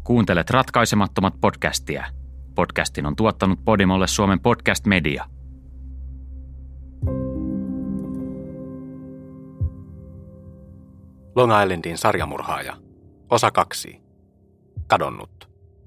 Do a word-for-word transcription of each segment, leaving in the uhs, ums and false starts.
Kuuntelet Ratkaisemattomat podcastia. Podcastin on tuottanut Podimolle Suomen Podcast Media. Long Islandin sarjamurhaaja. Osa kaksi. Kadonnut.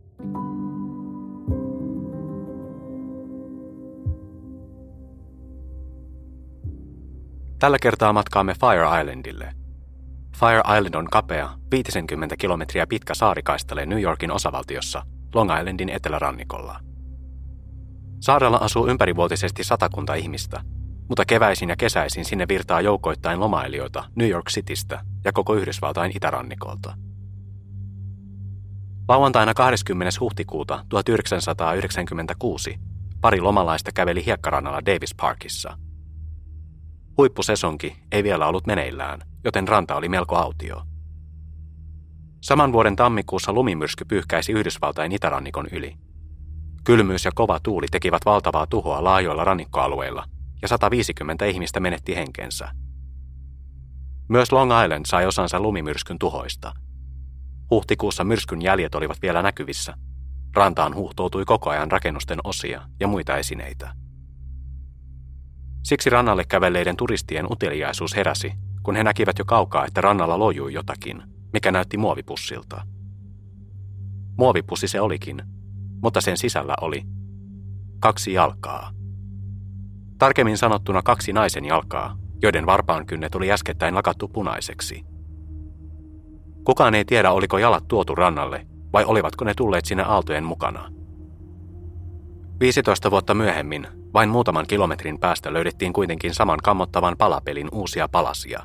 Tällä kertaa matkaamme Fire Islandille. Fire Island on kapea, viisikymmentä kilometriä pitkä saarikaistale New Yorkin osavaltiossa, Long Islandin etelärannikolla. Saarella asuu ympärivuotisesti satakunta ihmistä, mutta keväisin ja kesäisin sinne virtaa joukoittain lomailijoita New York Citystä ja koko Yhdysvaltain itärannikolta. Lauantaina kahdeskymmenes huhtikuuta tuhatyhdeksänsataayhdeksänkymmentäkuusi pari lomalaista käveli hiekkarannalla Davis Parkissa. Huippusesonki ei vielä ollut meneillään, joten ranta oli melko autio. Saman vuoden tammikuussa lumimyrsky pyyhkäisi Yhdysvaltain itärannikon yli. Kylmyys ja kova tuuli tekivät valtavaa tuhoa laajoilla rannikkoalueilla, ja sata viisikymmentä ihmistä menetti henkensä. Myös Long Island sai osansa lumimyrskyn tuhoista. Huhtikuussa myrskyn jäljet olivat vielä näkyvissä. Rantaan huuhtoutui koko ajan rakennusten osia ja muita esineitä. Siksi rannalle kävelleiden turistien uteliaisuus heräsi, kun he näkivät jo kaukaa, että rannalla lojui jotakin, mikä näytti muovipussilta. Muovipussi se olikin, mutta sen sisällä oli kaksi jalkaa. Tarkemmin sanottuna kaksi naisen jalkaa, joiden varpaankynnet oli äskettäin lakattu punaiseksi. Kukaan ei tiedä, oliko jalat tuotu rannalle vai olivatko ne tulleet sinne aaltojen mukana. viisitoista vuotta myöhemmin, vain muutaman kilometrin päästä löydettiin kuitenkin saman kammottavan palapelin uusia palasia.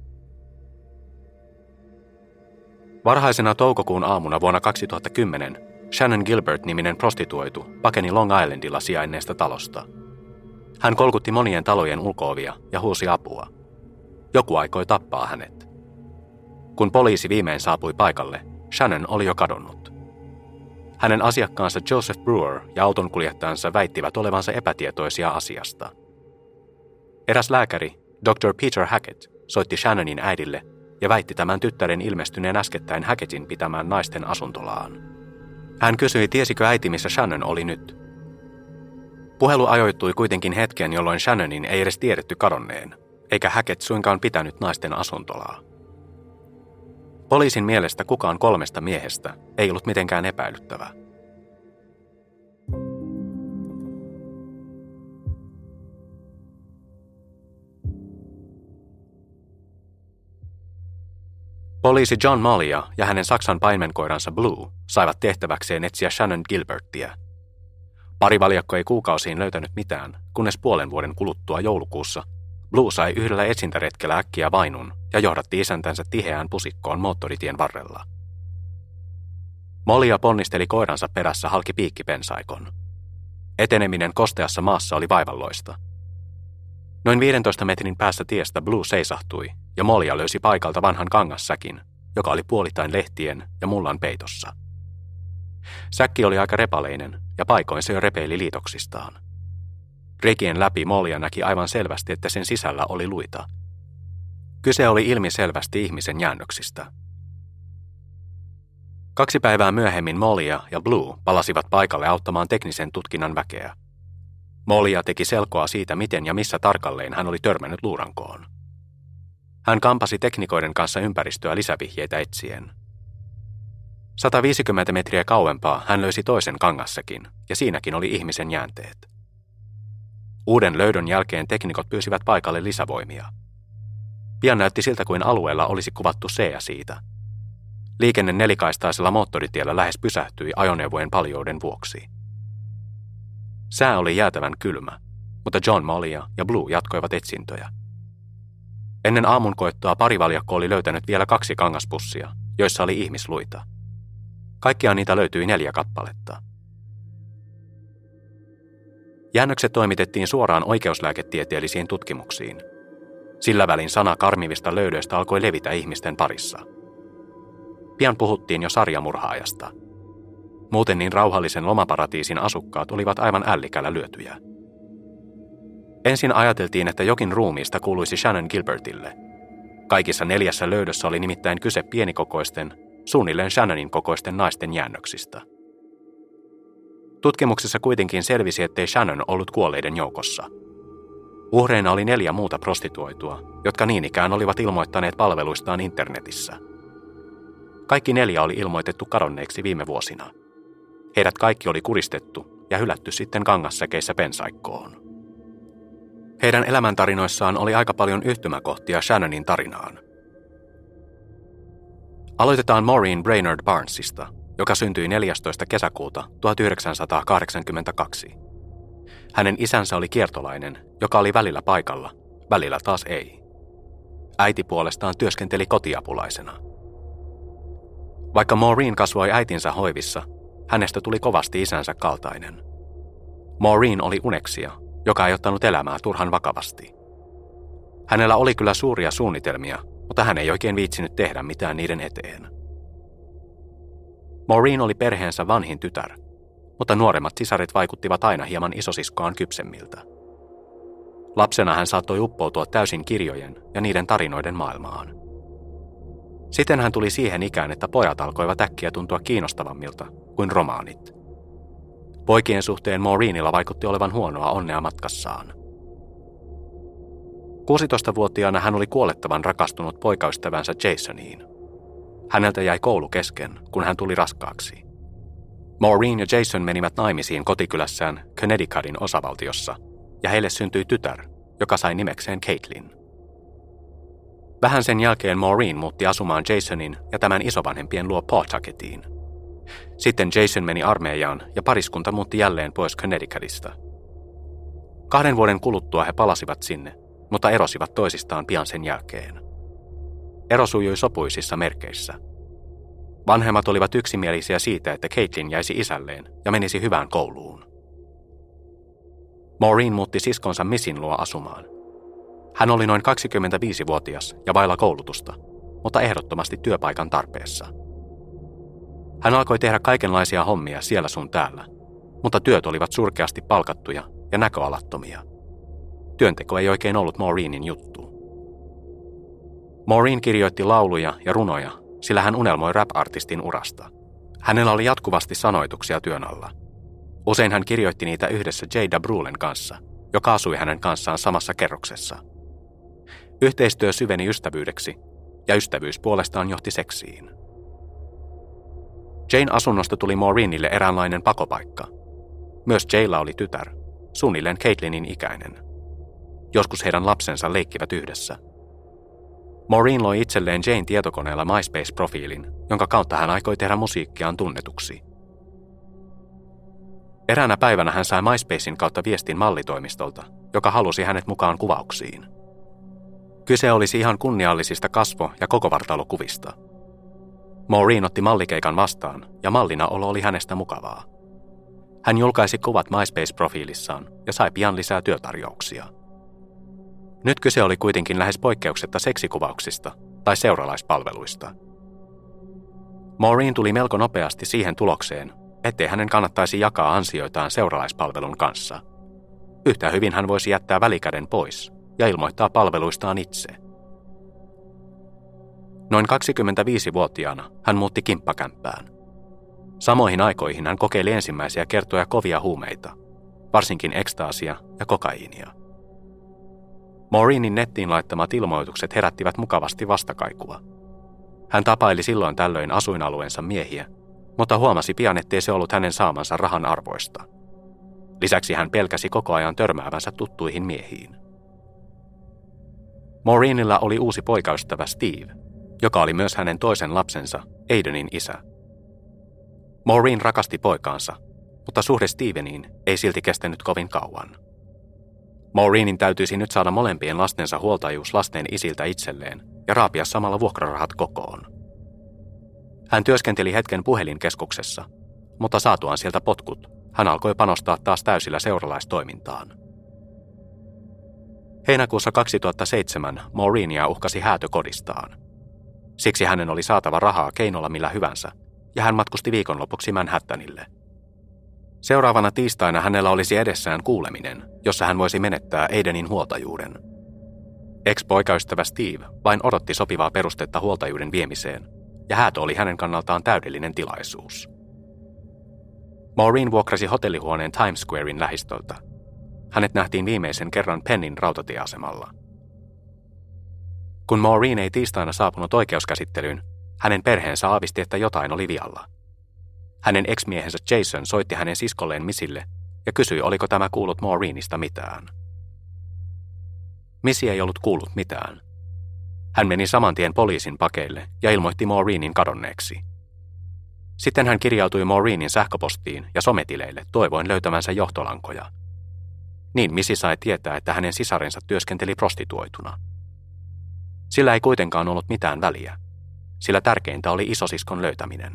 Varhaisena toukokuun aamuna vuonna kaksituhattakymmenen Shannon Gilbert-niminen prostituoitu pakeni Long Islandilla sijainneesta talosta. Hän kolkutti monien talojen ulko-ovia ja huusi apua. Joku aikoi tappaa hänet. Kun poliisi viimein saapui paikalle, Shannon oli jo kadonnut. Hänen asiakkaansa Joseph Brewer ja autonkuljettajansa väittivät olevansa epätietoisia asiasta. Eräs lääkäri, doktor Peter Hackett, soitti Shannonin äidille ja väitti tämän tyttären ilmestyneen äskettäin Hackettin pitämään naisten asuntolaan. Hän kysyi, tiesikö äiti, missä Shannon oli nyt. Puhelu ajoittui kuitenkin hetken, jolloin Shannonin ei edes tiedetty kadonneen, eikä Hackett suinkaan pitänyt naisten asuntolaa. Poliisin mielestä kukaan kolmesta miehestä ei ollut mitenkään epäilyttävä. Poliisi John Mollia ja hänen Saksan paimenkoiransa Blue saivat tehtäväkseen etsiä Shannon Gilbertia. Parivaljakko ei kuukausiin löytänyt mitään, kunnes puolen vuoden kuluttua joulukuussa Blue sai yhdellä etsintäretkellä äkkiä vainun ja johdatti isäntänsä tiheään pusikkoon moottoritien varrella. Mollia ponnisteli koiransa perässä halki piikkipensaikon. Eteneminen kosteassa maassa oli vaivalloista. Noin viidentoista metrin päässä tiestä Blue seisahtui ja Mollia löysi paikalta vanhan kangassäkin, joka oli puolittain lehtien ja mullan peitossa. Säkki oli aika repaleinen ja paikoin se jo repeili liitoksistaan. Rekien läpi Mollia näki aivan selvästi, että sen sisällä oli luita. Kyse oli ilmiselvästi ihmisen jäännöksistä. Kaksi päivää myöhemmin Mollia ja Blue palasivat paikalle auttamaan teknisen tutkinnan väkeä. Mollia teki selkoa siitä, miten ja missä tarkalleen hän oli törmännyt luurankoon. Hän kampasi teknikoiden kanssa ympäristöä lisävihjeitä etsien. sata viisikymmentä metriä kauempaa hän löysi toisen kangassäkin, ja siinäkin oli ihmisen jäänteet. Uuden löydön jälkeen teknikot pyysivät paikalle lisävoimia. Pian näytti siltä, kuin alueella olisi kuvattu seä siitä. Liikenne nelikaistaisella moottoritiellä lähes pysähtyi ajoneuvojen paljouden vuoksi. Sää oli jäätävän kylmä, mutta John Mollia ja Blue jatkoivat etsintöjä. Ennen aamunkoittoa parivaljakko oli löytänyt vielä kaksi kangaspussia, joissa oli ihmisluita. Kaikkiaan niitä löytyi neljä kappaletta. Jäännökset toimitettiin suoraan oikeuslääketieteellisiin tutkimuksiin. Sillä välin sana karmivista löydöistä alkoi levitä ihmisten parissa. Pian puhuttiin jo sarjamurhaajasta. Muuten niin rauhallisen lomaparatiisin asukkaat olivat aivan ällikällä lyötyjä. Ensin ajateltiin, että jokin ruumiista kuuluisi Shannon Gilbertille. Kaikissa neljässä löydössä oli nimittäin kyse pienikokoisten, suunnilleen Shannonin kokoisten naisten jäännöksistä. Tutkimuksessa kuitenkin selvisi, ettei Shannon ollut kuolleiden joukossa. Uhreina oli neljä muuta prostituoitua, jotka niin ikään olivat ilmoittaneet palveluistaan internetissä. Kaikki neljä oli ilmoitettu kadonneeksi viime vuosina. Heidät kaikki oli kuristettu ja hylätty sitten kangassäkeissä pensaikkoon. Heidän elämäntarinoissaan oli aika paljon yhtymäkohtia Shannonin tarinaan. Aloitetaan Maureen Brainerd Barnesista, joka syntyi neljästoista kesäkuuta tuhatyhdeksänsataakahdeksankymmentäkaksi. Hänen isänsä oli kiertolainen, joka oli välillä paikalla, välillä taas ei. Äiti puolestaan työskenteli kotiapulaisena. Vaikka Maureen kasvoi äitinsä hoivissa, hänestä tuli kovasti isänsä kaltainen. Maureen oli uneksia, joka ei ottanut elämää turhan vakavasti. Hänellä oli kyllä suuria suunnitelmia, mutta hän ei oikein viitsinyt tehdä mitään niiden eteen. Maureen oli perheensä vanhin tytär, mutta nuoremmat sisaret vaikuttivat aina hieman isosiskoaan kypsemmiltä. Lapsena hän saattoi uppoutua täysin kirjojen ja niiden tarinoiden maailmaan. Sitten hän tuli siihen ikään, että pojat alkoivat äkkiä tuntua kiinnostavammilta kuin romaanit. Poikien suhteen Maureenilla vaikutti olevan huonoa onnea matkassaan. kuusitoistavuotiaana hän oli kuolettavan rakastunut poikaystävänsä Jasoniin. Häneltä jäi koulu kesken, kun hän tuli raskaaksi. Maureen ja Jason menivät naimisiin kotikylässään Connecticutin osavaltiossa, ja heille syntyi tytär, joka sai nimekseen Caitlin. Vähän sen jälkeen Maureen muutti asumaan Jasonin ja tämän isovanhempien luo Pawtucketiin. Sitten Jason meni armeijaan ja pariskunta muutti jälleen pois Connecticutista. Kahden vuoden kuluttua he palasivat sinne, mutta erosivat toisistaan pian sen jälkeen. Ero sujui sopuisissa merkeissä. Vanhemmat olivat yksimielisiä siitä, että Caitlin jäisi isälleen ja menisi hyvään kouluun. Maureen muutti siskonsa Missin luo asumaan. Hän oli noin kaksikymmentäviisivuotias ja vailla koulutusta, mutta ehdottomasti työpaikan tarpeessa. Hän alkoi tehdä kaikenlaisia hommia siellä sun täällä, mutta työt olivat surkeasti palkattuja ja näköalattomia. Työnteko ei oikein ollut Maureenin juttu. Maureen kirjoitti lauluja ja runoja, sillä hän unelmoi rap-artistin urasta. Hänellä oli jatkuvasti sanoituksia työn alla. Usein hän kirjoitti niitä yhdessä Jada Brulen kanssa, joka asui hänen kanssaan samassa kerroksessa. Yhteistyö syveni ystävyydeksi, ja ystävyys puolestaan johti seksiin. Jane asunnosta tuli Maureenille eräänlainen pakopaikka. Myös Jaylla oli tytär, suunnilleen Caitlinin ikäinen. Joskus heidän lapsensa leikkivät yhdessä. Maureen loi itselleen Jane tietokoneella MySpace-profiilin, jonka kautta hän aikoi tehdä musiikkiaan tunnetuksi. Eräänä päivänä hän sai MySpacein kautta viestin mallitoimistolta, joka halusi hänet mukaan kuvauksiin. Kyse olisi ihan kunniallisista kasvo- ja kokovartalokuvista. Maureen otti mallikeikan vastaan, ja mallina olo oli hänestä mukavaa. Hän julkaisi kuvat MySpace-profiilissaan ja sai pian lisää työtarjouksia. Nyt kyse oli kuitenkin lähes poikkeuksetta seksikuvauksista tai seuralaispalveluista. Maureen tuli melko nopeasti siihen tulokseen, ettei hänen kannattaisi jakaa ansioitaan seuralaispalvelun kanssa. Yhtä hyvin hän voisi jättää välikäden pois ja ilmoittaa palveluistaan itse. Noin kaksikymmentäviisivuotiaana hän muutti kimppakämppään. Samoihin aikoihin hän kokeili ensimmäisiä kertoja kovia huumeita, varsinkin ekstaasia ja kokaiinia. Maureenin nettiin laittamat ilmoitukset herättivät mukavasti vastakaikua. Hän tapaili silloin tällöin asuinalueensa miehiä, mutta huomasi pian, ettei se ollut hänen saamansa rahan arvoista. Lisäksi hän pelkäsi koko ajan törmäävänsä tuttuihin miehiin. Maureenilla oli uusi poikaystävä Steve, joka oli myös hänen toisen lapsensa, Aidenin isä. Maureen rakasti poikaansa, mutta suhde Steveniin ei silti kestänyt kovin kauan. Maureenin täytyisi nyt saada molempien lastensa huoltajuus lasten isiltä itselleen ja raapia samalla vuokrarahat kokoon. Hän työskenteli hetken puhelinkeskuksessa, mutta saatuaan sieltä potkut, hän alkoi panostaa taas täysillä seuralaistoimintaan. Heinäkuussa kaksituhattaseitsemän Maureenia uhkasi häätö kodistaan. Siksi hänen oli saatava rahaa keinolla millä hyvänsä, ja hän matkusti viikonlopuksi Manhattanille. Seuraavana tiistaina hänellä olisi edessään kuuleminen, jossa hän voisi menettää Aidenin huoltajuuden. Ex-poikaystävä Steve vain odotti sopivaa perustetta huoltajuuden viemiseen, ja häätö oli hänen kannaltaan täydellinen tilaisuus. Maureen vuokrasi hotellihuoneen Times Squarein lähistöltä. Hänet nähtiin viimeisen kerran Pennin rautatieasemalla. Kun Maureen ei tiistaina saapunut oikeuskäsittelyyn, hänen perheensä aavisti, että jotain oli vialla. Hänen ex-miehensä Jason soitti hänen siskolleen Missille ja kysyi, oliko tämä kuullut Maureenista mitään. Missy ei ollut kuullut mitään. Hän meni saman tien poliisin pakeille ja ilmoitti Maureenin kadonneeksi. Sitten hän kirjautui Maureenin sähköpostiin ja sometileille toivoen löytämänsä johtolankoja. Niin Missy sai tietää, että hänen sisarensa työskenteli prostituoituna. Sillä ei kuitenkaan ollut mitään väliä, sillä tärkeintä oli isosiskon löytäminen.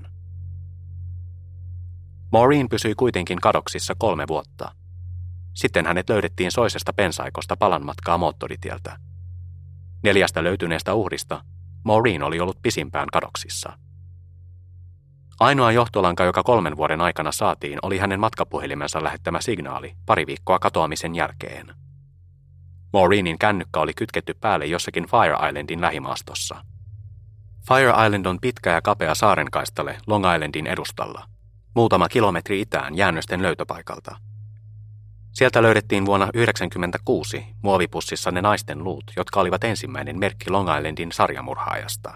Maureen pysyi kuitenkin kadoksissa kolme vuotta. Sitten hänet löydettiin soisesta pensaikosta palan matkaa moottoritieltä. Neljästä löytyneestä uhrista Maureen oli ollut pisimpään kadoksissa. Ainoa johtolanka, joka kolmen vuoden aikana saatiin, oli hänen matkapuhelimensa lähettämä signaali pari viikkoa katoamisen jälkeen. Maureenin kännykkä oli kytketty päälle jossakin Fire Islandin lähimaastossa. Fire Island on pitkä ja kapea saarenkaistale Long Islandin edustalla, muutama kilometri itään jäännösten löytöpaikalta. Sieltä löydettiin vuonna yhdeksänkymmentäkuusi muovipussissa ne naisten luut, jotka olivat ensimmäinen merkki Long Islandin sarjamurhaajasta.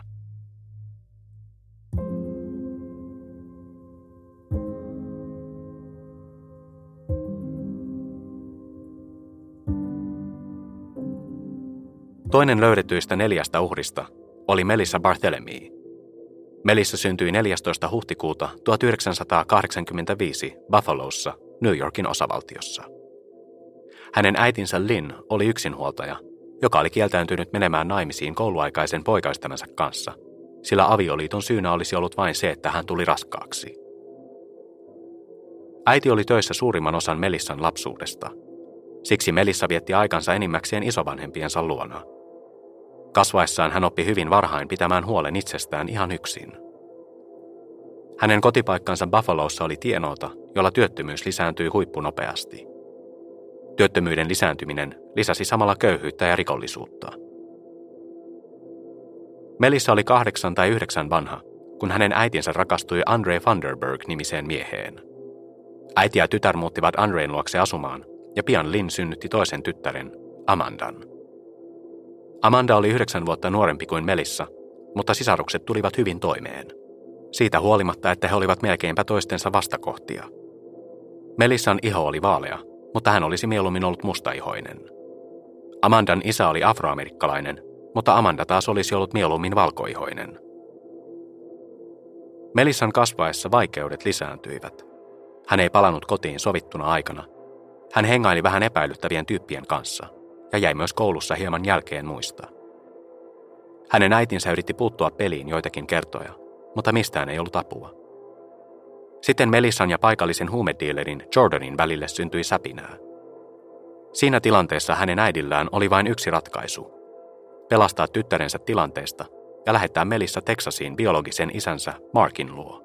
Toinen löydetyistä neljästä uhrista oli Melissa Barthélemy. Melissa syntyi neljästoista huhtikuuta tuhatyhdeksänsataakahdeksankymmentäviisi Buffalossa, New Yorkin osavaltiossa. Hänen äitinsä Lynn oli yksinhuoltaja, joka oli kieltäytynyt menemään naimisiin kouluaikaisen poikaystävänsä kanssa, sillä avioliiton syynä olisi ollut vain se, että hän tuli raskaaksi. Äiti oli töissä suurimman osan Melissan lapsuudesta. Siksi Melissa vietti aikansa enimmäkseen isovanhempiensa luona. Kasvaessaan hän oppi hyvin varhain pitämään huolen itsestään ihan yksin. Hänen kotipaikkansa Buffalossa oli tienoota, jolla työttömyys lisääntyi huippunopeasti. Työttömyyden lisääntyminen lisäsi samalla köyhyyttä ja rikollisuutta. Melissa oli kahdeksan tai yhdeksän vanha, kun hänen äitinsä rakastui Andre Vanderburg-nimiseen mieheen. Äiti ja tytär muuttivat Andreen luokse asumaan, ja pian Lynn synnytti toisen tyttären, Amandan. Amanda oli yhdeksän vuotta nuorempi kuin Melissa, mutta sisarukset tulivat hyvin toimeen. Siitä huolimatta, että he olivat melkeinpä toistensa vastakohtia. Melissan iho oli vaalea, mutta hän olisi mieluummin ollut mustaihoinen. Amandan isä oli afroamerikkalainen, mutta Amanda taas olisi ollut mieluummin valkoihoinen. Melissan kasvaessa vaikeudet lisääntyivät. Hän ei palannut kotiin sovittuna aikana. Hän hengaili vähän epäilyttävien tyyppien kanssa ja jäi myös koulussa hieman jälkeen muista. Hänen äitinsä yritti puuttua peliin joitakin kertoja, mutta mistään ei ollut apua. Sitten Melissan ja paikallisen huumedealerin Jordanin välille syntyi säpinää. Siinä tilanteessa hänen äidillään oli vain yksi ratkaisu: pelastaa tyttärensä tilanteesta ja lähettää Melissa Texasiin biologisen isänsä Markin luo.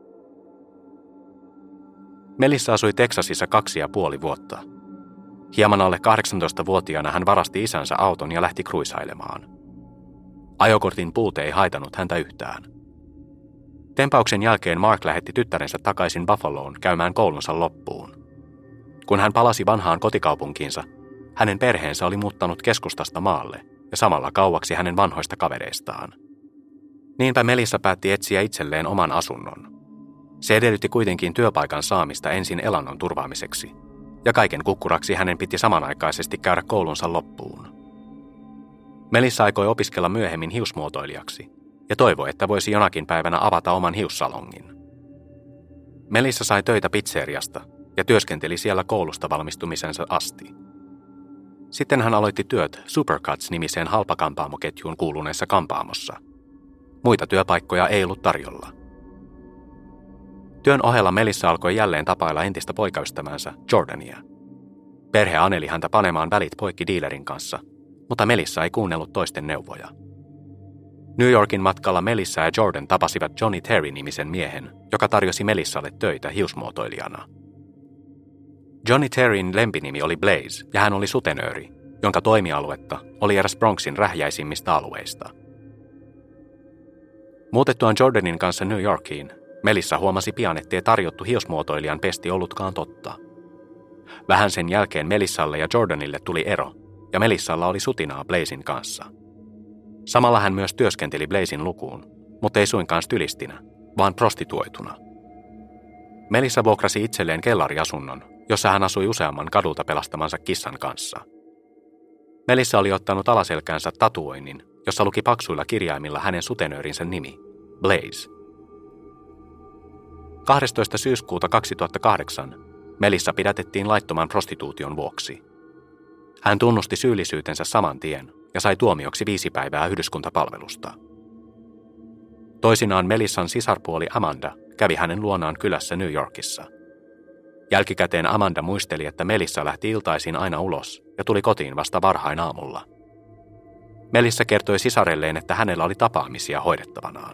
Melissa asui Texasissa kaksi ja puoli vuotta. Hieman alle kahdeksantoistavuotiaana hän varasti isänsä auton ja lähti kruisailemaan. Ajokortin puute ei haitannut häntä yhtään. Tempauksen jälkeen Mark lähetti tyttärensä takaisin Buffaloon käymään koulunsa loppuun. Kun hän palasi vanhaan kotikaupunkiinsa, hänen perheensä oli muuttanut keskustasta maalle ja samalla kauaksi hänen vanhoista kavereistaan. Niinpä Melissa päätti etsiä itselleen oman asunnon. Se edellytti kuitenkin työpaikan saamista ensin elannon turvaamiseksi, ja kaiken kukkuraksi hänen piti samanaikaisesti käydä koulunsa loppuun. Melissa aikoi opiskella myöhemmin hiusmuotoilijaksi ja toivoi, että voisi jonakin päivänä avata oman hiussalongin. Melissa sai töitä pizzeriasta ja työskenteli siellä koulusta valmistumisensa asti. Sitten hän aloitti työt Supercuts-nimiseen halpakampaamoketjuun kuuluneessa kampaamossa. Muita työpaikkoja ei ollut tarjolla. Työn ohella Melissa alkoi jälleen tapailla entistä poikaystävänsä Jordania. Perhe aneli häntä panemaan välit poikki diilerin kanssa, mutta Melissa ei kuunnellut toisten neuvoja. New Yorkin matkalla Melissa ja Jordan tapasivat Johnny Terry-nimisen miehen, joka tarjosi Melissalle töitä hiusmuotoilijana. Johnny Terryn lempinimi oli Blaze ja hän oli sutenööri, jonka toimialuetta oli eräs Bronxin rähjäisimmistä alueista. Muutettuaan Jordanin kanssa New Yorkiin, Melissa huomasi pian, ettei tarjottu hiosmuotoilijan pesti ollutkaan totta. Vähän sen jälkeen Melissalle ja Jordanille tuli ero, ja Melissalla oli sutinaa Blazin kanssa. Samalla hän myös työskenteli Blazin lukuun, mutta ei suinkaan stylistinä, vaan prostituoituna. Melissa vuokrasi itselleen kellariasunnon, jossa hän asui useamman kadulta pelastamansa kissan kanssa. Melissa oli ottanut alaselkäänsä tatuoinnin, jossa luki paksuilla kirjaimilla hänen sutenöörinsä nimi, Blaze. kahdestoista syyskuuta kaksituhattakahdeksan Melissa pidätettiin laittoman prostituution vuoksi. Hän tunnusti syyllisyytensä saman tien ja sai tuomioksi viisi päivää yhdyskuntapalvelusta. Toisinaan Melissan sisarpuoli Amanda kävi hänen luonaan kylässä New Yorkissa. Jälkikäteen Amanda muisteli, että Melissa lähti iltaisin aina ulos ja tuli kotiin vasta varhain aamulla. Melissa kertoi sisarelleen, että hänellä oli tapaamisia hoidettavanaan.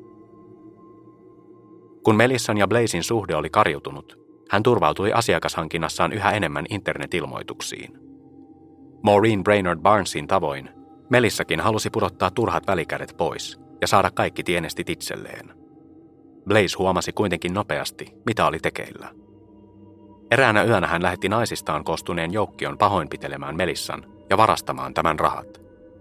Kun Melissan ja Blazin suhde oli kariutunut, hän turvautui asiakashankinnassaan yhä enemmän internetilmoituksiin. Maureen Brainerd Barnesin tavoin, Melissakin halusi pudottaa turhat välikädet pois ja saada kaikki tienestit itselleen. Blaze huomasi kuitenkin nopeasti, mitä oli tekeillä. Eräänä yönä hän lähetti naisistaan koostuneen joukkion pahoinpitelemään Melissan ja varastamaan tämän rahat.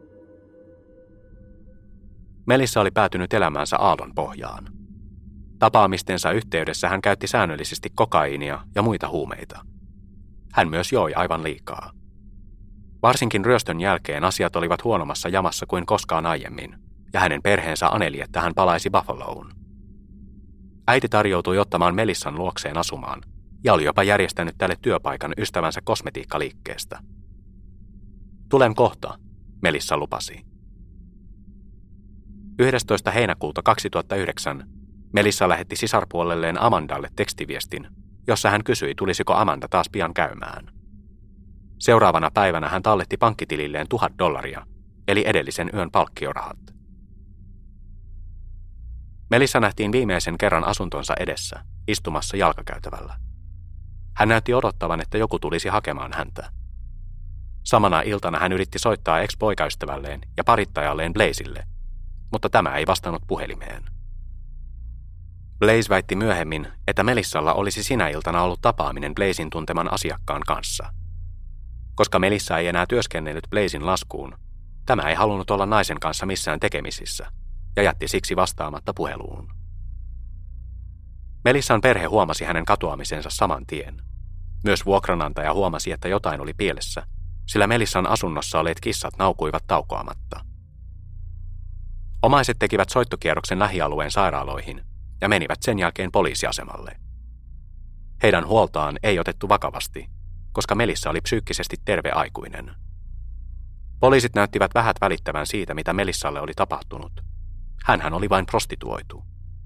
Melissa oli päätynyt elämäänsä aallon pohjaan. Tapaamistensa yhteydessä hän käytti säännöllisesti kokaiinia ja muita huumeita. Hän myös joi aivan liikaa. Varsinkin ryöstön jälkeen asiat olivat huonommassa jamassa kuin koskaan aiemmin, ja hänen perheensä aneli, että hän palaisi Buffaloon. Äiti tarjoutui ottamaan Melissan luokseen asumaan, ja oli jopa järjestänyt tälle työpaikan ystävänsä kosmetiikkaliikkeestä. Tulen kohta, Melissa lupasi. yhdestoista heinäkuuta kaksituhattayhdeksän Melissa lähetti sisarpuolelleen Amandalle tekstiviestin, jossa hän kysyi, tulisiko Amanda taas pian käymään. Seuraavana päivänä hän talletti pankkitililleen tuhat dollaria, eli edellisen yön palkkiorahat. Melissa nähtiin viimeisen kerran asuntonsa edessä, istumassa jalkakäytävällä. Hän näytti odottavan, että joku tulisi hakemaan häntä. Samana iltana hän yritti soittaa ex-poikaystävälleen ja parittajalleen Blazelle, mutta tämä ei vastannut puhelimeen. Blaze väitti myöhemmin, että Melissalla olisi sinä iltana ollut tapaaminen Blazin tunteman asiakkaan kanssa. Koska Melissa ei enää työskennellyt Blazin laskuun, tämä ei halunnut olla naisen kanssa missään tekemisissä ja jätti siksi vastaamatta puheluun. Melissan perhe huomasi hänen katoamisensa saman tien. Myös vuokranantaja huomasi, että jotain oli pielessä, sillä Melissan asunnossa olleet kissat naukuivat taukoamatta. Omaiset tekivät soittokierroksen lähialueen sairaaloihin ja menivät sen jälkeen poliisiasemalle. Heidän huoltaan ei otettu vakavasti, koska Melissa oli psyykkisesti terve aikuinen. Poliisit näyttivät vähät välittävän siitä, mitä Melissalle oli tapahtunut. Hänhän oli vain prostituoitu.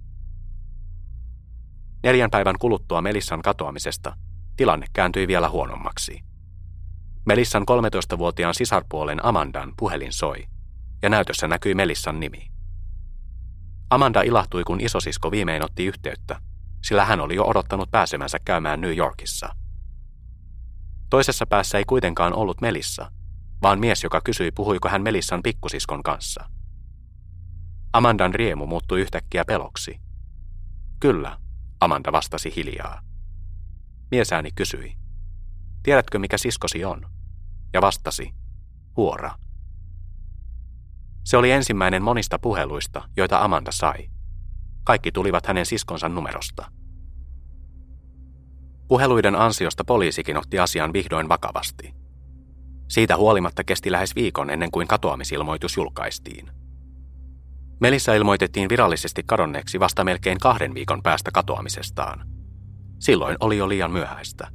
Neljän päivän kuluttua Melissan katoamisesta tilanne kääntyi vielä huonommaksi. Melissan kolmetoistavuotiaan sisarpuolen Amandan puhelin soi, ja näytössä näkyi Melissan nimi. Amanda ilahtui, kun isosisko viimein otti yhteyttä, sillä hän oli jo odottanut pääsemänsä käymään New Yorkissa. Toisessa päässä ei kuitenkaan ollut Melissa, vaan mies, joka kysyi, puhuiko hän Melissan pikkusiskon kanssa. Amandan riemu muuttui yhtäkkiä peloksi. Kyllä, Amanda vastasi hiljaa. Miesääni kysyi, tiedätkö mikä siskosi on? Ja vastasi, huora. Se oli ensimmäinen monista puheluista, joita Amanda sai. Kaikki tulivat hänen siskonsa numerosta. Puheluiden ansiosta poliisikin otti asian vihdoin vakavasti. Siitä huolimatta kesti lähes viikon ennen kuin katoamisilmoitus julkaistiin. Melissa ilmoitettiin virallisesti kadonneeksi vasta melkein kahden viikon päästä katoamisestaan. Silloin oli jo liian myöhäistä.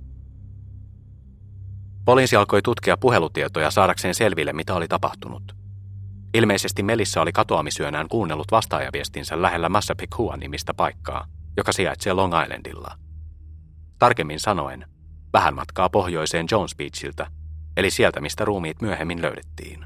Poliisi alkoi tutkia puhelutietoja saadakseen selville, mitä oli tapahtunut. Ilmeisesti Melissa oli katoamisyönään kuunnellut vastaajaviestinsä lähellä Massapequa-nimistä paikkaa, joka sijaitsee Long Islandilla. Tarkemmin sanoen, vähän matkaa pohjoiseen Jones Beachiltä, eli sieltä, mistä ruumiit myöhemmin löydettiin.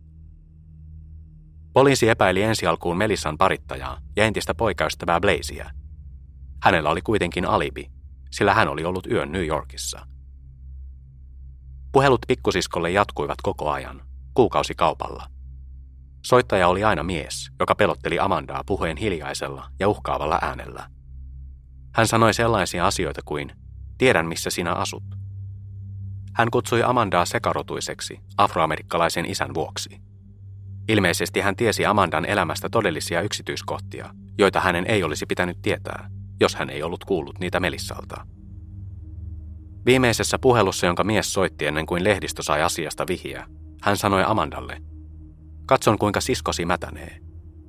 Poliisi epäili ensi alkuun Melissan parittajaa ja entistä poikaystävää Blazea. Hänellä oli kuitenkin alibi, sillä hän oli ollut yön New Yorkissa. Puhelut pikkusiskolle jatkuivat koko ajan, kuukausikaupalla. Soittaja oli aina mies, joka pelotteli Amandaa puheen hiljaisella ja uhkaavalla äänellä. Hän sanoi sellaisia asioita kuin, tiedän missä sinä asut. Hän kutsui Amandaa sekarotuiseksi afroamerikkalaisen isän vuoksi. Ilmeisesti hän tiesi Amandan elämästä todellisia yksityiskohtia, joita hänen ei olisi pitänyt tietää, jos hän ei ollut kuullut niitä Melissalta. Viimeisessä puhelussa, jonka mies soitti ennen kuin lehdistö sai asiasta vihjeä, hän sanoi Amandalle, katson kuinka siskosi mätänee.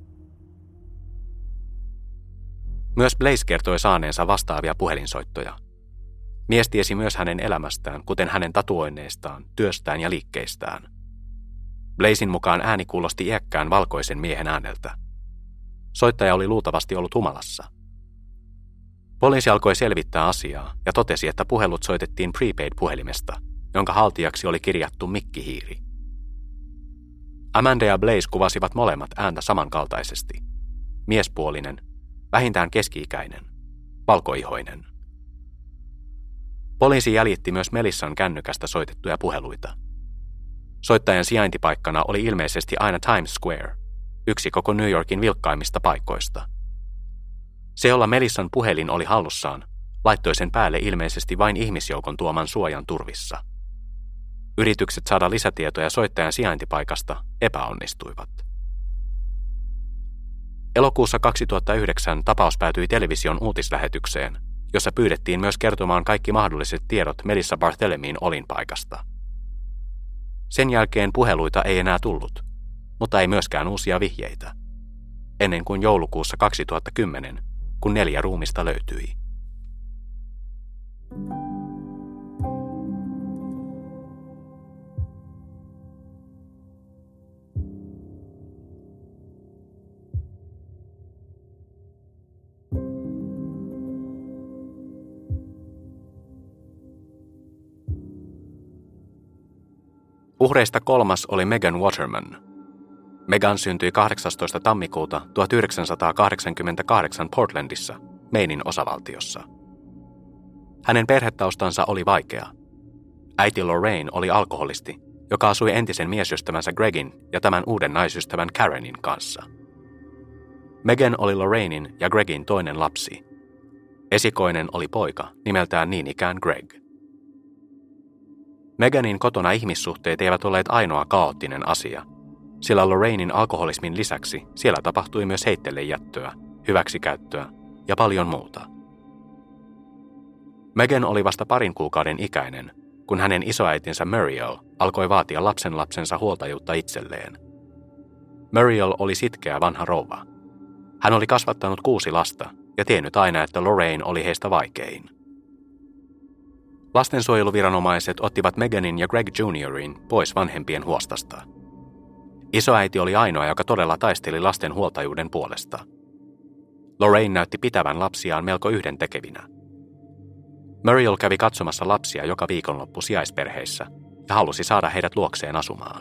Myös Blaze kertoi saaneensa vastaavia puhelinsoittoja. Mies tiesi myös hänen elämästään, kuten hänen tatuoinneistaan, työstään ja liikkeistään. Blazen mukaan ääni kuulosti iäkkään valkoisen miehen ääneltä. Soittaja oli luultavasti ollut humalassa. Poliisi alkoi selvittää asiaa ja totesi, että puhelut soitettiin prepaid-puhelimesta, jonka haltijaksi oli kirjattu mikkihiiri. Amanda ja Blaze kuvasivat molemmat ääntä samankaltaisesti. Miespuolinen, vähintään keski-ikäinen, valkoihoinen. Poliisi jäljitti myös Melissan kännykästä soitettuja puheluita. Soittajan sijaintipaikkana oli ilmeisesti aina Times Square, yksi koko New Yorkin vilkkaimmista paikoista. Se, jolla Melissan puhelin oli hallussaan, laittoi sen päälle ilmeisesti vain ihmisjoukon tuoman suojan turvissa. Yritykset saada lisätietoja soittajan sijaintipaikasta epäonnistuivat. Elokuussa kaksituhattayhdeksän tapaus päätyi television uutislähetykseen, jossa pyydettiin myös kertomaan kaikki mahdolliset tiedot Melissa Barthelemin olinpaikasta. Sen jälkeen puheluita ei enää tullut, mutta ei myöskään uusia vihjeitä, ennen kuin joulukuussa kaksituhattakymmenen, kun neljä ruumista löytyi. Uhreista kolmas oli Megan Waterman. Megan syntyi kahdeksastoista tammikuuta tuhatyhdeksänsataakahdeksankymmentäkahdeksan Portlandissa, Mainen osavaltiossa. Hänen perhetaustansa oli vaikea. Äiti Lorraine oli alkoholisti, joka asui entisen miesystävänsä Gregin ja tämän uuden naisystävän Karenin kanssa. Megan oli Lorrainin ja Gregin toinen lapsi. Esikoinen oli poika, nimeltään niin ikään Greg. Meganin kotona ihmissuhteet eivät olleet ainoa kaoottinen asia, sillä Lorrainin alkoholismin lisäksi siellä tapahtui myös heittelejättöä, hyväksikäyttöä ja paljon muuta. Megan oli vasta parin kuukauden ikäinen, kun hänen isoäitinsä Muriel alkoi vaatia lapsenlapsensa huoltajuutta itselleen. Muriel oli sitkeä vanha rouva. Hän oli kasvattanut kuusi lasta ja tiennyt aina, että Lorraine oli heistä vaikein. Lastensuojeluviranomaiset ottivat Meganin ja Greg juniorin pois vanhempien huostasta. Isoäiti oli ainoa, joka todella taisteli lasten huoltajuuden puolesta. Lorraine näytti pitävän lapsiaan melko yhdentekevinä. Muriel kävi katsomassa lapsia joka viikonloppu sijaisperheissä ja halusi saada heidät luokseen asumaan.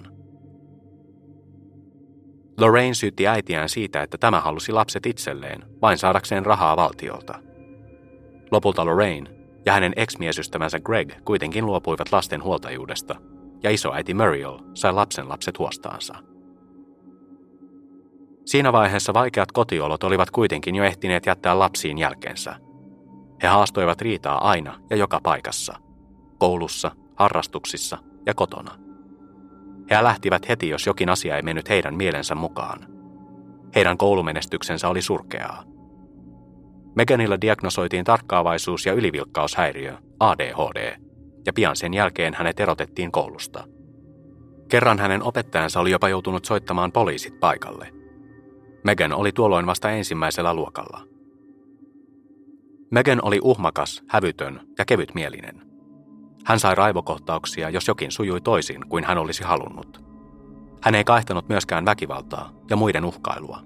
Lorraine syytti äitiään siitä, että tämä halusi lapset itselleen, vain saadakseen rahaa valtiolta. Lopulta Lorraine ja hänen ex-miesystävänsä Greg kuitenkin luopuivat lasten huoltajuudesta, ja isoäiti Muriel sai lapsenlapset huostaansa. Siinä vaiheessa vaikeat kotiolot olivat kuitenkin jo ehtineet jättää lapsiin jälkeensä. He haastoivat riitaa aina ja joka paikassa, koulussa, harrastuksissa ja kotona. He lähtivät heti, jos jokin asia ei mennyt heidän mielensä mukaan. Heidän koulumenestyksensä oli surkeaa. Meganilla diagnosoitiin tarkkaavaisuus- ja ylivilkkaushäiriö, A D H D, ja pian sen jälkeen hänet erotettiin koulusta. Kerran hänen opettajansa oli jopa joutunut soittamaan poliisit paikalle. Megan oli tuolloin vasta ensimmäisellä luokalla. Megan oli uhmakas, hävytön ja kevytmielinen. Hän sai raivokohtauksia, jos jokin sujui toisin kuin hän olisi halunnut. Hän ei kaihtanut myöskään väkivaltaa ja muiden uhkailua.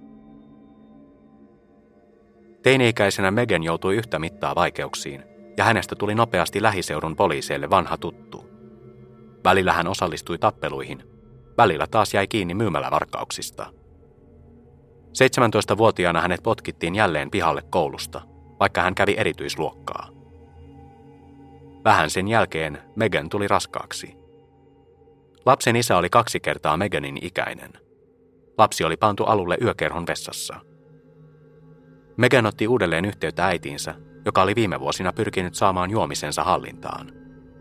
Teini-ikäisenä Megan joutui yhtä mittaa vaikeuksiin, ja hänestä tuli nopeasti lähiseudun poliiseille vanha tuttu. Välillä hän osallistui tappeluihin, välillä taas jäi kiinni myymälävarkauksista. seitsemäntoistavuotiaana hänet potkittiin jälleen pihalle koulusta, vaikka hän kävi erityisluokkaa. Vähän sen jälkeen Megan tuli raskaaksi. Lapsen isä oli kaksi kertaa Meganin ikäinen. lapsi oli pantu alulle yökerhon vessassa. Meghan otti uudelleen yhteyttä äitiinsä, joka oli viime vuosina pyrkinyt saamaan juomisensa hallintaan.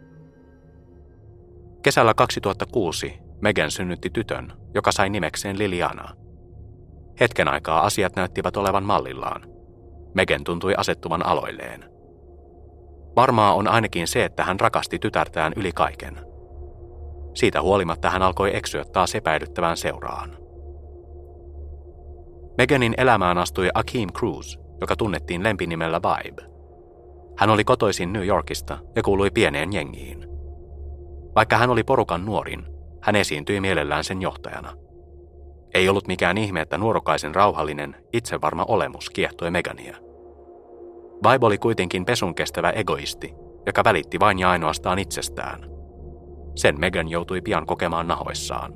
Kesällä kaksituhattakuusi Meghan synnytti tytön, joka sai nimekseen Liliana. Hetken aikaa asiat näyttivät olevan mallillaan. Meghan tuntui asettuvan aloilleen. Varmaa on ainakin se, että hän rakasti tytärtään yli kaiken. Siitä huolimatta hän alkoi eksyä taas epäilyttävään seuraan. Meghanin elämään astui Akeem Cruz, joka tunnettiin lempinimellä Vibe. Hän oli kotoisin New Yorkista ja kuului pieneen jengiin. Vaikka hän oli porukan nuorin, hän esiintyi mielellään sen johtajana. Ei ollut mikään ihme, että nuorukaisen rauhallinen, itsevarma olemus kiehtoi Meghania. Vibe oli kuitenkin pesun kestävä egoisti, joka välitti vain ja ainoastaan itsestään. Sen Meghan joutui pian kokemaan nahoissaan.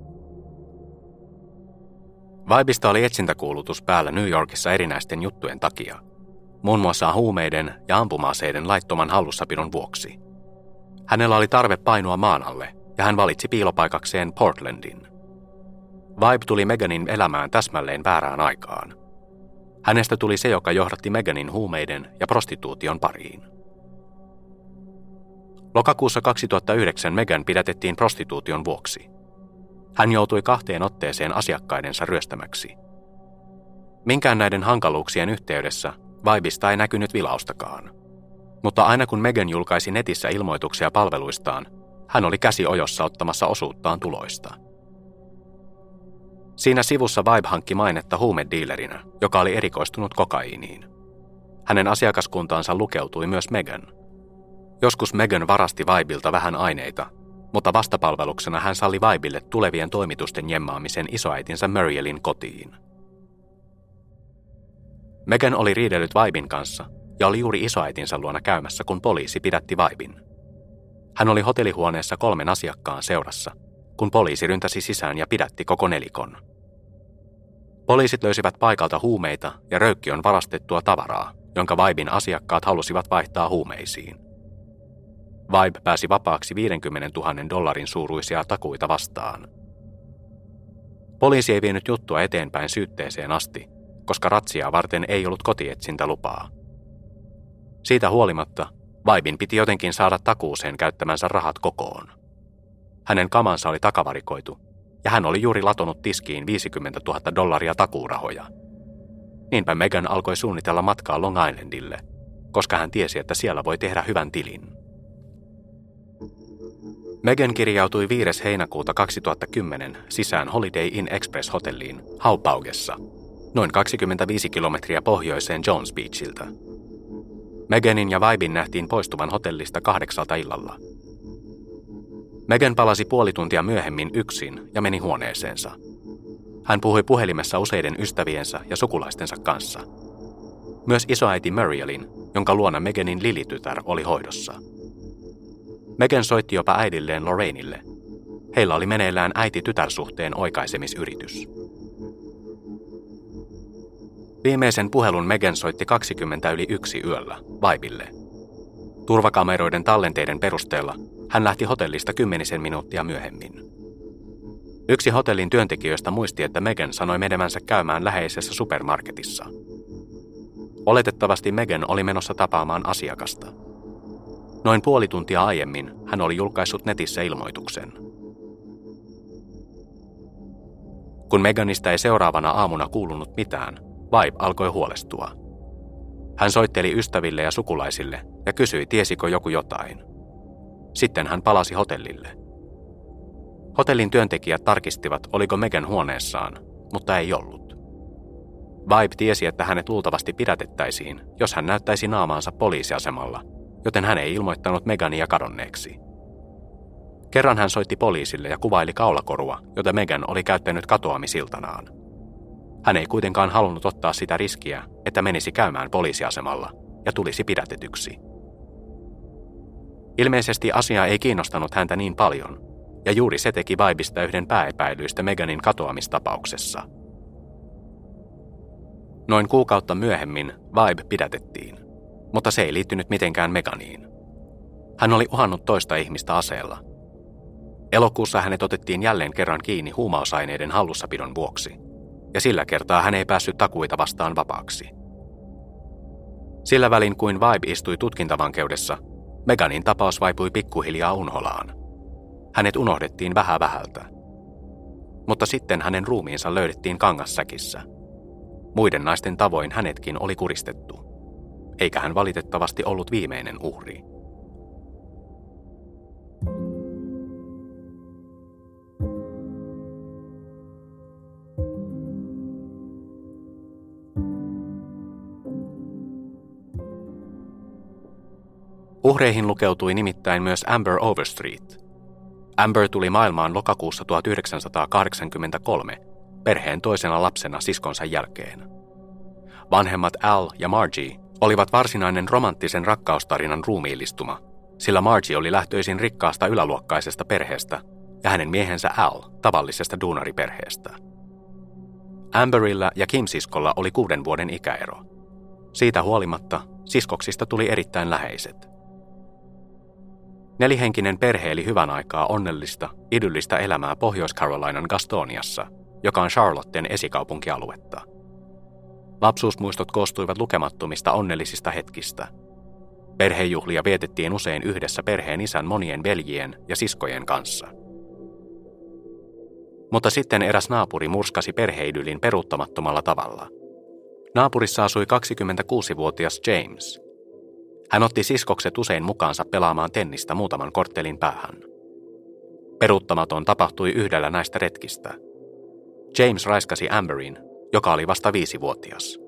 Vibesta oli etsintäkuulutus päällä New Yorkissa erinäisten juttujen takia, muun muassa huumeiden ja ampuma-aseiden laittoman hallussapidon vuoksi. Hänellä oli tarve painua maan alle, ja hän valitsi piilopaikakseen Portlandin. Vibe tuli Meghanin elämään täsmälleen väärään aikaan. Hänestä tuli se, joka johdatti Meghanin huumeiden ja prostituution pariin. Lokakuussa kaksituhattayhdeksän Meghan pidätettiin prostituution vuoksi. Hän joutui kahteen otteeseen asiakkaidensa ryöstämäksi. Minkään näiden hankaluuksien yhteydessä Vibesta ei näkynyt vilaustakaan. Mutta aina kun Meghan julkaisi netissä ilmoituksia palveluistaan, hän oli käsi ojossa ottamassa osuuttaan tuloista. Siinä sivussa Vibe hankki mainetta huumediilerinä, joka oli erikoistunut kokaiiniin. Hänen asiakaskuntaansa lukeutui myös Meghan. Joskus Meghan varasti Vibelta vähän aineita, mutta vastapalveluksena hän salli Vibelle tulevien toimitusten jemmaamisen isoäitinsä Murielin kotiin. Meghan oli riidellyt Vibin kanssa ja oli juuri isoäitinsä luona käymässä, kun poliisi pidätti Vibin. Hän oli hotellihuoneessa kolmen asiakkaan seurassa, kun poliisi ryntäsi sisään ja pidätti koko nelikon. Poliisit löysivät paikalta huumeita ja röykkiön varastettua tavaraa, jonka Vibin asiakkaat halusivat vaihtaa huumeisiin. Vibe pääsi vapaaksi viisikymmentätuhatta dollarin suuruisia takuita vastaan. Poliisi ei vienyt juttua eteenpäin syytteeseen asti, koska ratsiaa varten ei ollut kotietsintälupaa. Siitä huolimatta Vibin piti jotenkin saada takuuseen käyttämänsä rahat kokoon. Hänen kamansa oli takavarikoitu, ja hän oli juuri latonut tiskiin viisikymmentätuhatta dollaria takuurahoja. Niinpä Meghan alkoi suunnitella matkaa Long Islandille, koska hän tiesi, että siellä voi tehdä hyvän tilin. Meghan kirjautui viides heinäkuuta kaksituhattakymmenen sisään Holiday Inn Express-hotelliin Haupaugessa, noin kaksikymmentäviisi kilometriä pohjoiseen Jones Beachiltä. Meghanin ja Vibin nähtiin poistuvan hotellista kahdeksalta illalla. Meghan palasi puoli tuntia myöhemmin yksin ja meni huoneeseensa. Hän puhui puhelimessa useiden ystäviensä ja sukulaistensa kanssa. Myös isoäiti Murielin, jonka luona Meghanin Lily-tytär oli hoidossa. Meghan soitti jopa äidilleen Lorrainelle. Heillä oli meneillään äiti-tytärsuhteen oikaisemisyritys. Viimeisen puhelun Meghan soitti kaksikymmentä yli yksi yöllä Vibelle. Turvakameroiden tallenteiden perusteella hän lähti hotellista kymmenisen minuuttia myöhemmin. Yksi hotellin työntekijöistä muisti, että Meghan sanoi menevänsä käymään läheisessä supermarketissa. Oletettavasti Meghan oli menossa tapaamaan asiakasta. Noin puoli tuntia aiemmin hän oli julkaissut netissä ilmoituksen. Kun Meghanista ei seuraavana aamuna kuulunut mitään, Vibe alkoi huolestua. Hän soitteli ystäville ja sukulaisille ja kysyi, tiesikö joku jotain. Sitten hän palasi hotellille. Hotellin työntekijät tarkistivat, oliko Meghan huoneessaan, mutta ei ollut. Vibe tiesi, että hänet luultavasti pidätettäisiin, jos hän näyttäisi naamaansa poliisiasemalla, joten hän ei ilmoittanut Meghania kadonneeksi. Kerran hän soitti poliisille ja kuvaili kaulakorua, jota Meghan oli käyttänyt katoamisiltanaan. Hän ei kuitenkaan halunnut ottaa sitä riskiä, että menisi käymään poliisiasemalla ja tulisi pidätetyksi. Ilmeisesti asia ei kiinnostanut häntä niin paljon, ja juuri se teki Vibesta yhden pääepäilyistä Meghanin katoamistapauksessa. Noin kuukautta myöhemmin Vibe pidätettiin, mutta se ei liittynyt mitenkään Meghaniin. Hän oli uhannut toista ihmistä aseella. Elokuussa hänet otettiin jälleen kerran kiinni huumausaineiden hallussapidon vuoksi, ja sillä kertaa hän ei päässyt takuita vastaan vapaaksi. Sillä välin kuin Vibe istui tutkintavankeudessa, Meganin tapaus vaipui pikkuhiljaa unholaan. Hänet unohdettiin vähä vähältä. Mutta sitten hänen ruumiinsa löydettiin kangassäkissä. Muiden naisten tavoin hänetkin oli kuristettu. Eikä hän valitettavasti ollut viimeinen uhri. Uhreihin lukeutui nimittäin myös Amber Overstreet. Amber tuli maailmaan lokakuussa tuhatyhdeksänsataakahdeksankymmentäkolme perheen toisena lapsena siskonsa jälkeen. Vanhemmat Al ja Margie olivat varsinainen romanttisen rakkaustarinan ruumiillistuma, sillä Margie oli lähtöisin rikkaasta yläluokkaisesta perheestä ja hänen miehensä Al tavallisesta duunariperheestä. Amberilla ja Kim-siskolla oli kuuden vuoden ikäero. Siitä huolimatta siskoksista tuli erittäin läheiset. Nelihenkinen perhe eli hyvän aikaa onnellista, idyllistä elämää Pohjois-Carolinan Gastoniassa, joka on Charlotten esikaupunkialuetta. Lapsuusmuistot koostuivat lukemattomista onnellisista hetkistä. Perhejuhlia vietettiin usein yhdessä perheen isän monien veljien ja siskojen kanssa. Mutta sitten eräs naapuri murskasi perheidyllin peruuttamattomalla tavalla. Naapurissa asui kaksikymmentäkuusivuotias James. Hän otti siskokset usein mukaansa pelaamaan tennistä muutaman korttelin päähän. Peruuttamaton tapahtui yhdellä näistä retkistä. James raiskasi Amberin, joka oli vasta viisivuotias.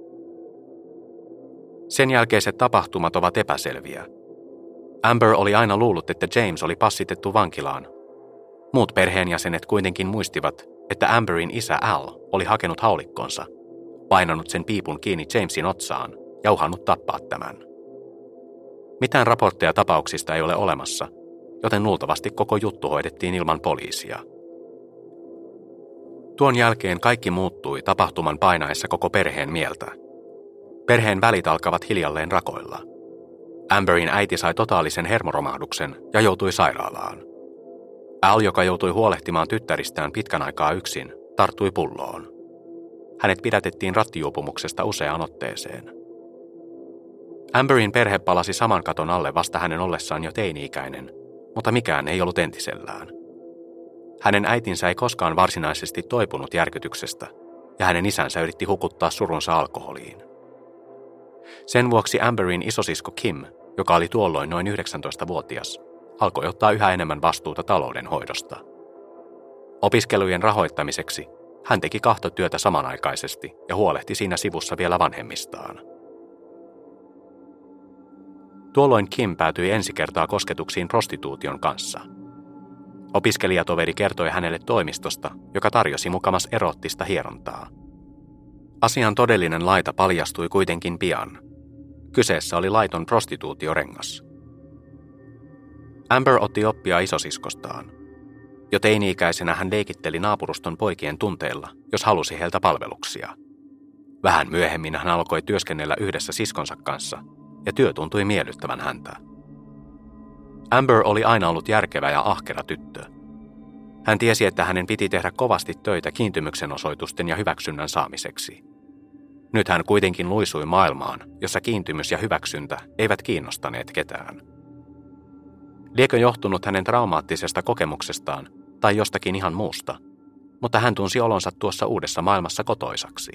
Sen jälkeiset tapahtumat ovat epäselviä. Amber oli aina luullut, että James oli passitettu vankilaan. Muut perheenjäsenet kuitenkin muistivat, että Amberin isä Al oli hakenut haulikkonsa, painanut sen piipun kiinni Jamesin otsaan ja uhannut tappaa tämän. Mitään raportteja tapauksista ei ole olemassa, joten luultavasti koko juttu hoidettiin ilman poliisia. Tuon jälkeen kaikki muuttui tapahtuman painaessa koko perheen mieltä. Perheen välit alkavat hiljalleen rakoilla. Amberin äiti sai totaalisen hermoromahduksen ja joutui sairaalaan. Al, joka joutui huolehtimaan tyttäristään pitkän aikaa yksin, tarttui pulloon. Hänet pidätettiin rattijuopumuksesta useaan otteeseen. Amberin perhe palasi saman katon alle vasta hänen ollessaan jo teini-ikäinen, mutta mikään ei ollut entisellään. Hänen äitinsä ei koskaan varsinaisesti toipunut järkytyksestä, ja hänen isänsä yritti hukuttaa surunsa alkoholiin. Sen vuoksi Amberin isosisko Kim, joka oli tuolloin noin yhdeksäntoistavuotias, alkoi ottaa yhä enemmän vastuuta taloudenhoidosta. Opiskelujen rahoittamiseksi hän teki kahta työtä samanaikaisesti ja huolehti siinä sivussa vielä vanhemmistaan. Tuolloin Kim päätyi ensi kertaa kosketuksiin prostituution kanssa. Opiskelijatoveri kertoi hänelle toimistosta, joka tarjosi mukamas eroottista hierontaa. Asian todellinen laita paljastui kuitenkin pian. Kyseessä oli laiton prostituutiorengas. Amber otti oppia isosiskostaan. Jo teini-ikäisenä hän leikitteli naapuruston poikien tunteella, jos halusi heiltä palveluksia. Vähän myöhemmin hän alkoi työskennellä yhdessä siskonsa kanssa, ja työ tuntui miellyttävän häntä. Amber oli aina ollut järkevä ja ahkera tyttö. Hän tiesi, että hänen piti tehdä kovasti töitä kiintymyksen osoitusten ja hyväksynnän saamiseksi. Nyt hän kuitenkin luisui maailmaan, jossa kiintymys ja hyväksyntä eivät kiinnostaneet ketään. Liekö johtunut hänen traumaattisesta kokemuksestaan tai jostakin ihan muusta, mutta hän tunsi olonsa tuossa uudessa maailmassa kotoisaksi.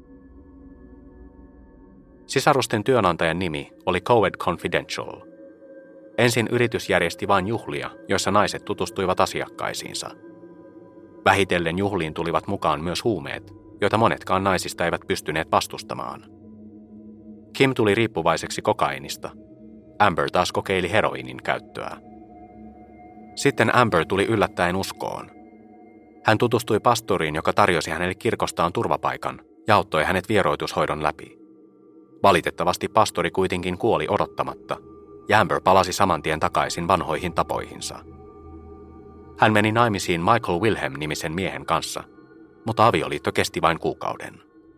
Sisarusten työnantajan nimi oli Coed Confidential. Ensin yritys järjesti vain juhlia, joissa naiset tutustuivat asiakkaisiinsa. Vähitellen juhliin tulivat mukaan myös huumeet, joita monetkaan naisista eivät pystyneet vastustamaan. Kim tuli riippuvaiseksi kokainista. Amber taas kokeili heroinin käyttöä. Sitten Amber tuli yllättäen uskoon. Hän tutustui pastoriin, joka tarjosi hänelle kirkostaan turvapaikan ja auttoi hänet vieroitushoidon läpi. Valitettavasti pastori kuitenkin kuoli odottamatta, ja Amber palasi saman tien takaisin vanhoihin tapoihinsa. Hän meni naimisiin Michael Wilhelm-nimisen miehen kanssa, mutta avioliitto kesti vain kuukauden.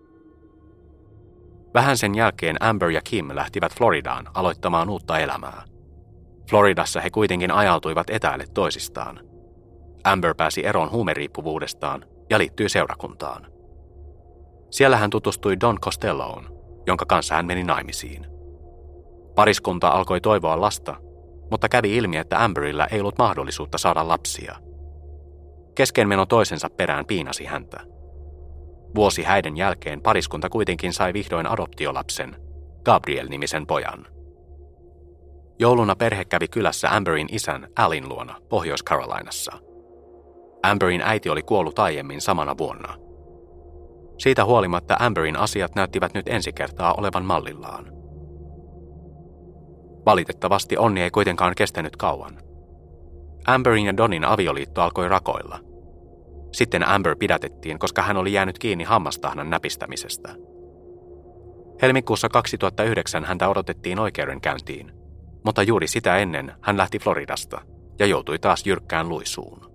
Vähän sen jälkeen Amber ja Kim lähtivät Floridaan aloittamaan uutta elämää. Floridassa he kuitenkin ajautuivat etäälle toisistaan, Amber pääsi eroon huumeriippuvuudestaan ja liittyi seurakuntaan. Siellä hän tutustui Don Costelloon, jonka kanssa hän meni naimisiin. Pariskunta alkoi toivoa lasta, mutta kävi ilmi, että Amberillä ei ollut mahdollisuutta saada lapsia. Keskenmeno toisensa perään piinasi häntä. Vuosi häiden jälkeen pariskunta kuitenkin sai vihdoin adoptiolapsen, Gabriel-nimisen pojan. Jouluna perhe kävi kylässä Amberin isän Alin luona Pohjois-Carolinassa. Amberin äiti oli kuollut aiemmin samana vuonna. Siitä huolimatta Amberin asiat näyttivät nyt ensi kertaa olevan mallillaan. Valitettavasti onni ei kuitenkaan kestänyt kauan. Amberin ja Donin avioliitto alkoi rakoilla. Sitten Amber pidätettiin, koska hän oli jäänyt kiinni hammastahnan näpistämisestä. Helmikuussa kaksituhattayhdeksän häntä odotettiin oikeudenkäyntiin, mutta juuri sitä ennen hän lähti Floridasta ja joutui taas jyrkkään luisuun.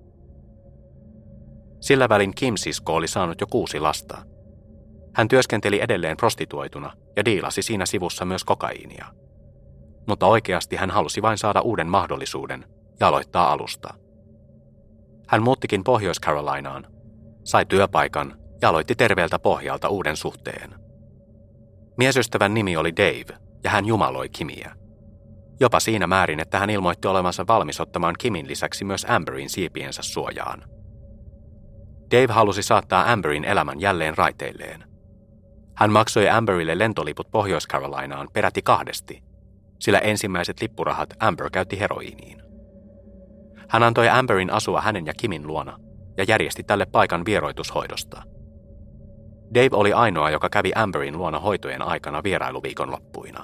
Sillä välin Kim-sisko oli saanut jo kuusi lasta. Hän työskenteli edelleen prostituoituna ja diilasi siinä sivussa myös kokaiinia. Mutta oikeasti hän halusi vain saada uuden mahdollisuuden ja aloittaa alusta. Hän muuttikin Pohjois-Carolinaan, sai työpaikan ja aloitti terveeltä pohjalta uuden suhteen. Miesystävän nimi oli Dave ja hän jumaloi Kimiä. Jopa siinä määrin, että hän ilmoitti olevansa valmis ottamaan Kimin lisäksi myös Amberin siipiensä suojaan. Dave halusi saattaa Amberin elämän jälleen raiteilleen. Hän maksoi Amberille lentoliput Pohjois-Carolinaan peräti kahdesti, sillä ensimmäiset lippurahat Amber käytti heroiiniin. Hän antoi Amberin asua hänen ja Kimin luona ja järjesti tälle paikan vieroitushoidosta. Dave oli ainoa, joka kävi Amberin luona hoitojen aikana vierailuviikon loppuina.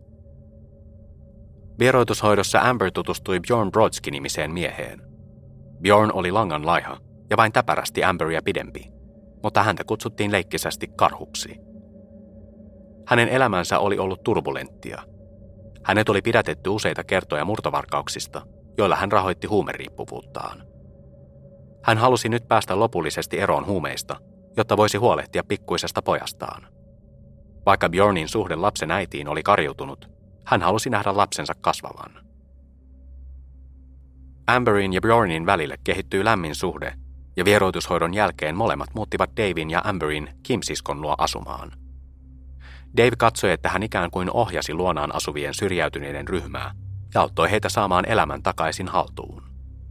Vieroitushoidossa Amber tutustui Bjorn Brodsky-nimiseen mieheen. Bjorn oli langan laiha ja vain täpärästi Amberia pidempi, mutta häntä kutsuttiin leikkisästi karhuksi. Hänen elämänsä oli ollut turbulenttia. Hänet oli pidätetty useita kertoja murtovarkauksista, joilla hän rahoitti huumeriippuvuuttaan. Hän halusi nyt päästä lopullisesti eroon huumeista, jotta voisi huolehtia pikkuisesta pojastaan. Vaikka Bjornin suhde lapsen äitiin oli kariutunut, hän halusi nähdä lapsensa kasvavan. Amberin ja Bjornin välille kehittyi lämmin suhde, ja vieroitushoidon jälkeen molemmat muuttivat Davin ja Amberin Kim-siskon luo asumaan. Dave katsoi, että hän ikään kuin ohjasi luonaan asuvien syrjäytyneiden ryhmää ja auttoi heitä saamaan elämän takaisin haltuun.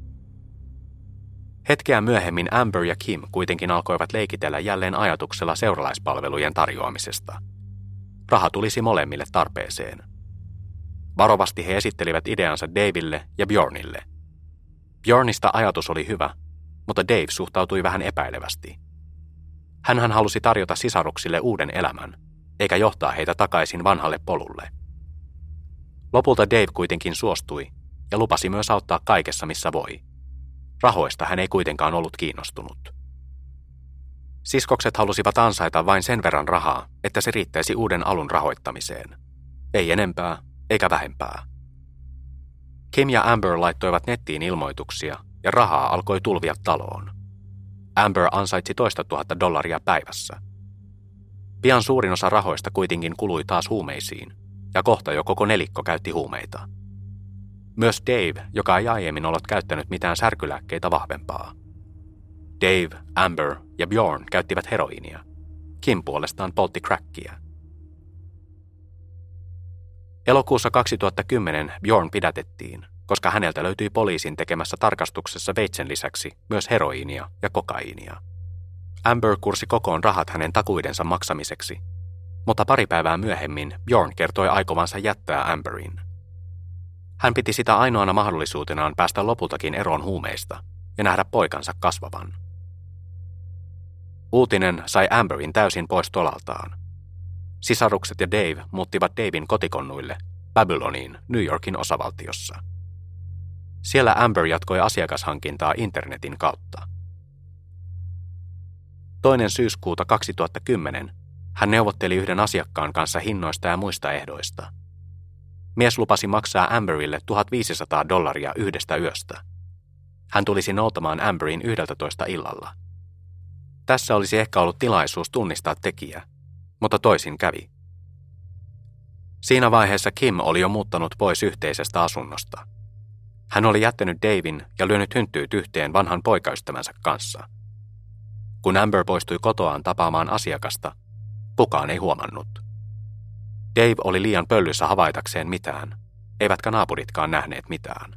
Hetkeä myöhemmin Amber ja Kim kuitenkin alkoivat leikitellä jälleen ajatuksella seuralaispalvelujen tarjoamisesta. Raha tulisi molemmille tarpeeseen. Varovasti he esittelivät ideansa Daville ja Bjornille. Bjornista ajatus oli hyvä, mutta Dave suhtautui vähän epäilevästi. Hänhän halusi tarjota sisaruksille uuden elämän, eikä johtaa heitä takaisin vanhalle polulle. Lopulta Dave kuitenkin suostui ja lupasi myös auttaa kaikessa, missä voi. Rahoista hän ei kuitenkaan ollut kiinnostunut. Siskokset halusivat ansaita vain sen verran rahaa, että se riittäisi uuden alun rahoittamiseen. Ei enempää eikä vähempää. Kim ja Amber laittoivat nettiin ilmoituksia ja rahaa alkoi tulvia taloon. Amber ansaitsi toista tuhatta dollaria päivässä. Pian suurin osa rahoista kuitenkin kului taas huumeisiin, ja kohta jo koko nelikko käytti huumeita. Myös Dave, joka ei aiemmin ollut käyttänyt mitään särkylääkkeitä vahvempaa. Dave, Amber ja Bjorn käyttivät heroiinia. Kim puolestaan poltti crackia. Elokuussa kaksituhattakymmenen Bjorn pidätettiin, koska häneltä löytyi poliisin tekemässä tarkastuksessa veitsen lisäksi myös heroiinia ja kokaiinia. Amber kursi kokoon rahat hänen takuidensa maksamiseksi, mutta pari päivää myöhemmin Bjorn kertoi aikovansa jättää Amberin. Hän piti sitä ainoana mahdollisuutenaan päästä lopultakin eroon huumeista ja nähdä poikansa kasvavan. Uutinen sai Amberin täysin pois tolaltaan. Sisarukset ja Dave muuttivat Davin kotikonnuille Babyloniin New Yorkin osavaltiossa. Siellä Amber jatkoi asiakashankintaa internetin kautta. Toinen syyskuuta kaksituhattakymmenen hän neuvotteli yhden asiakkaan kanssa hinnoista ja muista ehdoista. Mies lupasi maksaa Amberille tuhatviisisataa dollaria yhdestä yöstä. Hän tulisi noutamaan Amberin yhdeltätoista illalla. Tässä olisi ehkä ollut tilaisuus tunnistaa tekijä, mutta toisin kävi. Siinä vaiheessa Kim oli jo muuttanut pois yhteisestä asunnosta. Hän oli jättänyt Davin ja lyönyt hynttyyt yhteen vanhan poikaystävänsä kanssa. Kun Amber poistui kotoaan tapaamaan asiakasta, kukaan ei huomannut. Dave oli liian pöllyssä havaitakseen mitään, eivätkä naapuritkaan nähneet mitään.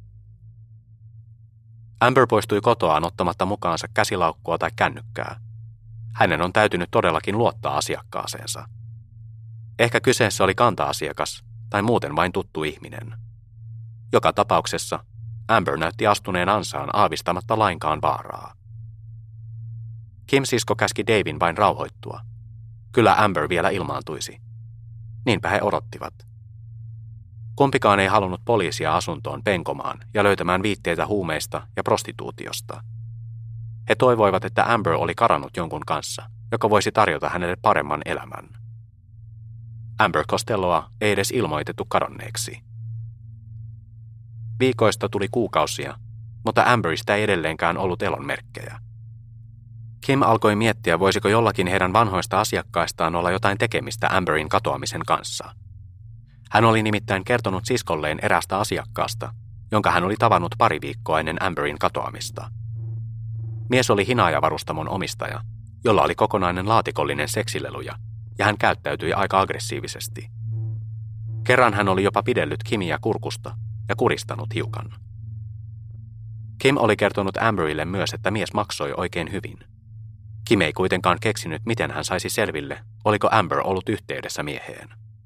Amber poistui kotoaan ottamatta mukaansa käsilaukkua tai kännykkää. Hänen on täytynyt todellakin luottaa asiakkaaseensa. Ehkä kyseessä oli kanta-asiakas tai muuten vain tuttu ihminen. Joka tapauksessa Amber näytti astuneen ansaan aavistamatta lainkaan vaaraa. Kim sisko käski Davin vain rauhoittua. Kyllä Amber vielä ilmaantuisi. Niinpä he odottivat. Kumpikaan ei halunnut poliisia asuntoon penkomaan ja löytämään viitteitä huumeista ja prostituutiosta. He toivoivat, että Amber oli karannut jonkun kanssa, joka voisi tarjota hänelle paremman elämän. Amber Costelloa ei edes ilmoitettu kadonneeksi. Viikoista tuli kuukausia, mutta Amberista ei edelleenkään ollut elonmerkkejä. Kim alkoi miettiä, voisiko jollakin heidän vanhoista asiakkaistaan olla jotain tekemistä Amberin katoamisen kanssa. Hän oli nimittäin kertonut siskolleen eräästä asiakkaasta, jonka hän oli tavannut pari viikkoa ennen Amberin katoamista. Mies oli hinaajavarustamon omistaja, jolla oli kokonainen laatikollinen seksileluja, ja hän käyttäytyi aika aggressiivisesti. Kerran hän oli jopa pidellyt Kimiä kurkusta ja kuristanut hiukan. Kim oli kertonut Amberille myös, että mies maksoi oikein hyvin. Kim ei kuitenkaan keksinyt, miten hän saisi selville, oliko Amber ollut yhteydessä mieheen.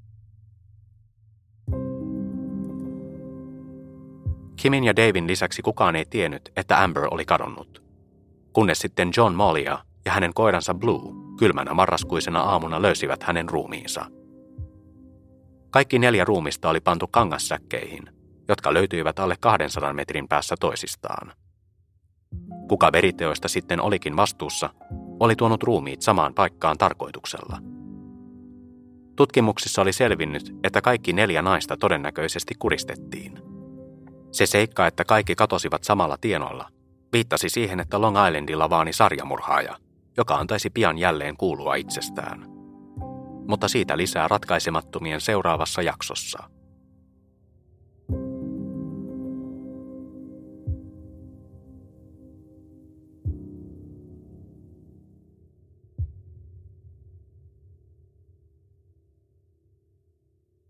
Kimin ja Davin lisäksi kukaan ei tiennyt, että Amber oli kadonnut. Kunnes sitten John Mollia ja hänen koiransa Blue kylmänä marraskuisena aamuna löysivät hänen ruumiinsa. Kaikki neljä ruumista oli pantu kangassäkkeihin, jotka löytyivät alle kahdensadan metrin päässä toisistaan. Kuka veriteoista sitten olikin vastuussa, oli tuonut ruumiit samaan paikkaan tarkoituksella. Tutkimuksissa oli selvinnyt, että kaikki neljä naista todennäköisesti kuristettiin. Se seikka, että kaikki katosivat samalla tienoilla, viittasi siihen, että Long Islandilla vaani sarjamurhaaja, joka antaisi pian jälleen kuulua itsestään. Mutta siitä lisää ratkaisemattomien seuraavassa jaksossa.